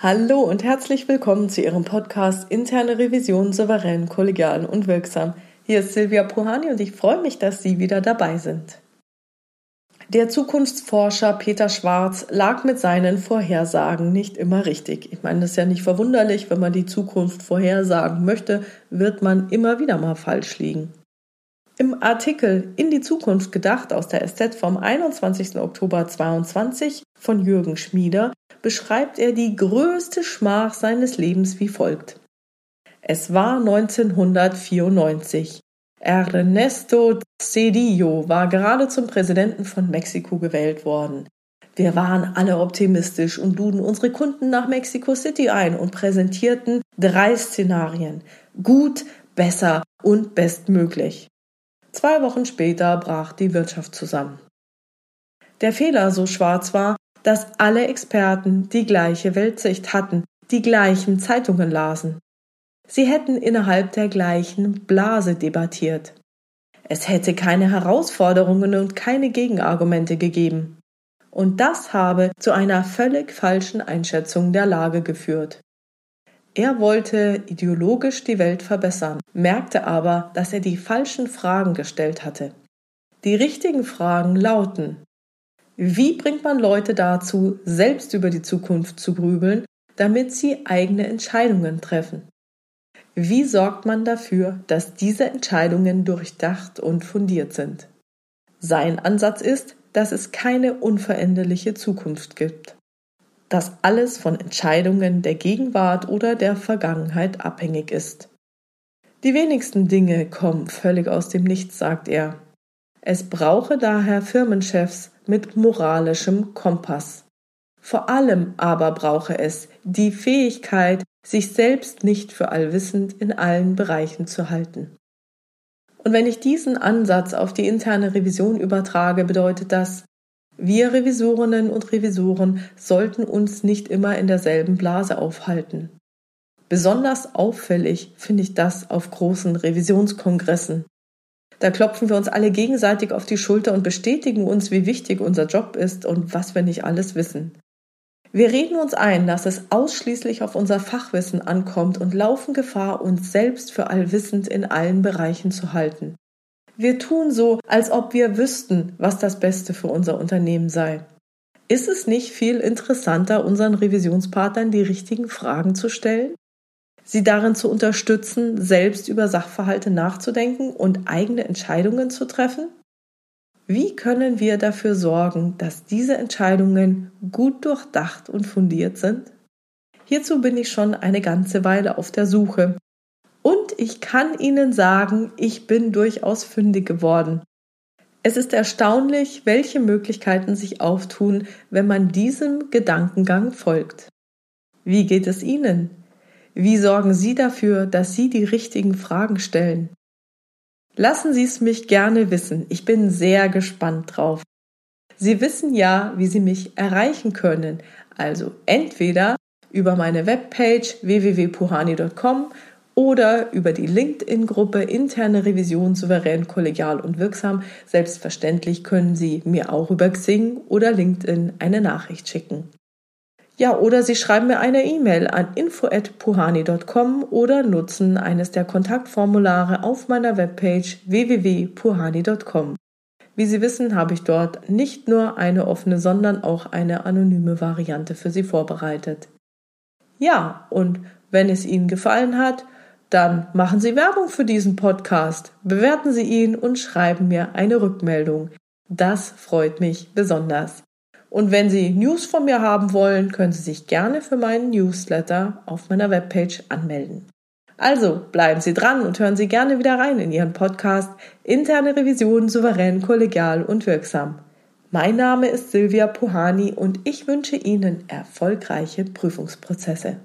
Hallo und herzlich willkommen zu Ihrem Podcast Interne Revision souverän, kollegial und wirksam. Hier ist Silvia Puhani und ich freue mich, dass Sie wieder dabei sind. Der Zukunftsforscher Peter Schwarz lag mit seinen Vorhersagen nicht immer richtig. Ich meine, das ist ja nicht verwunderlich, wenn man die Zukunft vorhersagen möchte, wird man immer wieder mal falsch liegen. Im Artikel In die Zukunft gedacht aus der SZ vom 21. Oktober 2022 von Jürgen Schmieder beschreibt er die größte Schmach seines Lebens wie folgt. Es war 1994. Ernesto Zedillo war gerade zum Präsidenten von Mexiko gewählt worden. Wir waren alle optimistisch und luden unsere Kunden nach Mexico City ein und präsentierten 3 Szenarien. Gut, besser und bestmöglich. 2 Wochen später brach die Wirtschaft zusammen. Der Fehler, so Schwarz, war, dass alle Experten die gleiche Weltsicht hatten, die gleichen Zeitungen lasen. Sie hätten innerhalb der gleichen Blase debattiert. Es hätte keine Herausforderungen und keine Gegenargumente gegeben. Und das habe zu einer völlig falschen Einschätzung der Lage geführt. Er wollte ideologisch die Welt verbessern, merkte aber, dass er die falschen Fragen gestellt hatte. Die richtigen Fragen lauten: Wie bringt man Leute dazu, selbst über die Zukunft zu grübeln, damit sie eigene Entscheidungen treffen? Wie sorgt man dafür, dass diese Entscheidungen durchdacht und fundiert sind? Sein Ansatz ist, dass es keine unveränderliche Zukunft gibt. Dass alles von Entscheidungen der Gegenwart oder der Vergangenheit abhängig ist. Die wenigsten Dinge kommen völlig aus dem Nichts, sagt er. Es brauche daher Firmenchefs mit moralischem Kompass. Vor allem aber brauche es die Fähigkeit, sich selbst nicht für allwissend in allen Bereichen zu halten. Und wenn ich diesen Ansatz auf die interne Revision übertrage, bedeutet das, wir Revisorinnen und Revisoren sollten uns nicht immer in derselben Blase aufhalten. Besonders auffällig finde ich das auf großen Revisionskongressen. Da klopfen wir uns alle gegenseitig auf die Schulter und bestätigen uns, wie wichtig unser Job ist und was wir nicht alles wissen. Wir reden uns ein, dass es ausschließlich auf unser Fachwissen ankommt und laufen Gefahr, uns selbst für allwissend in allen Bereichen zu halten. Wir tun so, als ob wir wüssten, was das Beste für unser Unternehmen sei. Ist es nicht viel interessanter, unseren Revisionspartnern die richtigen Fragen zu stellen? Sie darin zu unterstützen, selbst über Sachverhalte nachzudenken und eigene Entscheidungen zu treffen? Wie können wir dafür sorgen, dass diese Entscheidungen gut durchdacht und fundiert sind? Hierzu bin ich schon eine ganze Weile auf der Suche. Und ich kann Ihnen sagen, ich bin durchaus fündig geworden. Es ist erstaunlich, welche Möglichkeiten sich auftun, wenn man diesem Gedankengang folgt. Wie geht es Ihnen? Wie sorgen Sie dafür, dass Sie die richtigen Fragen stellen? Lassen Sie es mich gerne wissen. Ich bin sehr gespannt drauf. Sie wissen ja, wie Sie mich erreichen können. Also entweder über meine Webpage www.puhani.com oder über die LinkedIn-Gruppe Interne Revision souverän, kollegial und wirksam. Selbstverständlich können Sie mir auch über Xing oder LinkedIn eine Nachricht schicken. Ja, oder Sie schreiben mir eine E-Mail an info@puhani.com oder nutzen eines der Kontaktformulare auf meiner Webpage www.puhani.com. Wie Sie wissen, habe ich dort nicht nur eine offene, sondern auch eine anonyme Variante für Sie vorbereitet. Ja, und wenn es Ihnen gefallen hat, dann machen Sie Werbung für diesen Podcast, bewerten Sie ihn und schreiben mir eine Rückmeldung. Das freut mich besonders. Und wenn Sie News von mir haben wollen, können Sie sich gerne für meinen Newsletter auf meiner Webpage anmelden. Also bleiben Sie dran und hören Sie gerne wieder rein in Ihren Podcast Interne Revision souverän, kollegial und wirksam. Mein Name ist Silvia Puhani und ich wünsche Ihnen erfolgreiche Prüfungsprozesse.